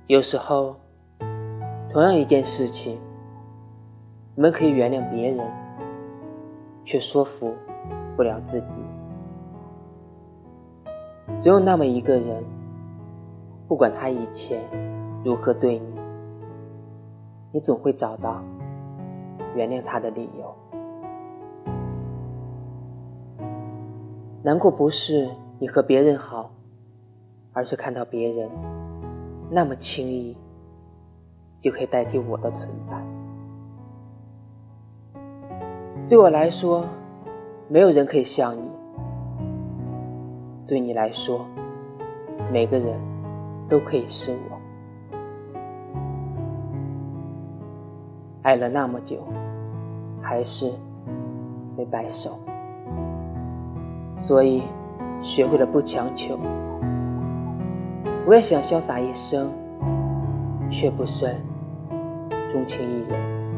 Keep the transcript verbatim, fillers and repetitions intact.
有时候同样一件事情，我们可以原谅别人，却说服不了自己。只有那么一个人，不管他以前如何对你，你总会找到原谅他的理由。难过不是你和别人好，而是看到别人那么轻易就可以代替我的存在。对我来说，没有人可以像你；对你来说，每个人都可以是我。爱了那么久，还是没白受，所以学会了不强求。我也想潇洒一生，却不慎钟情一人。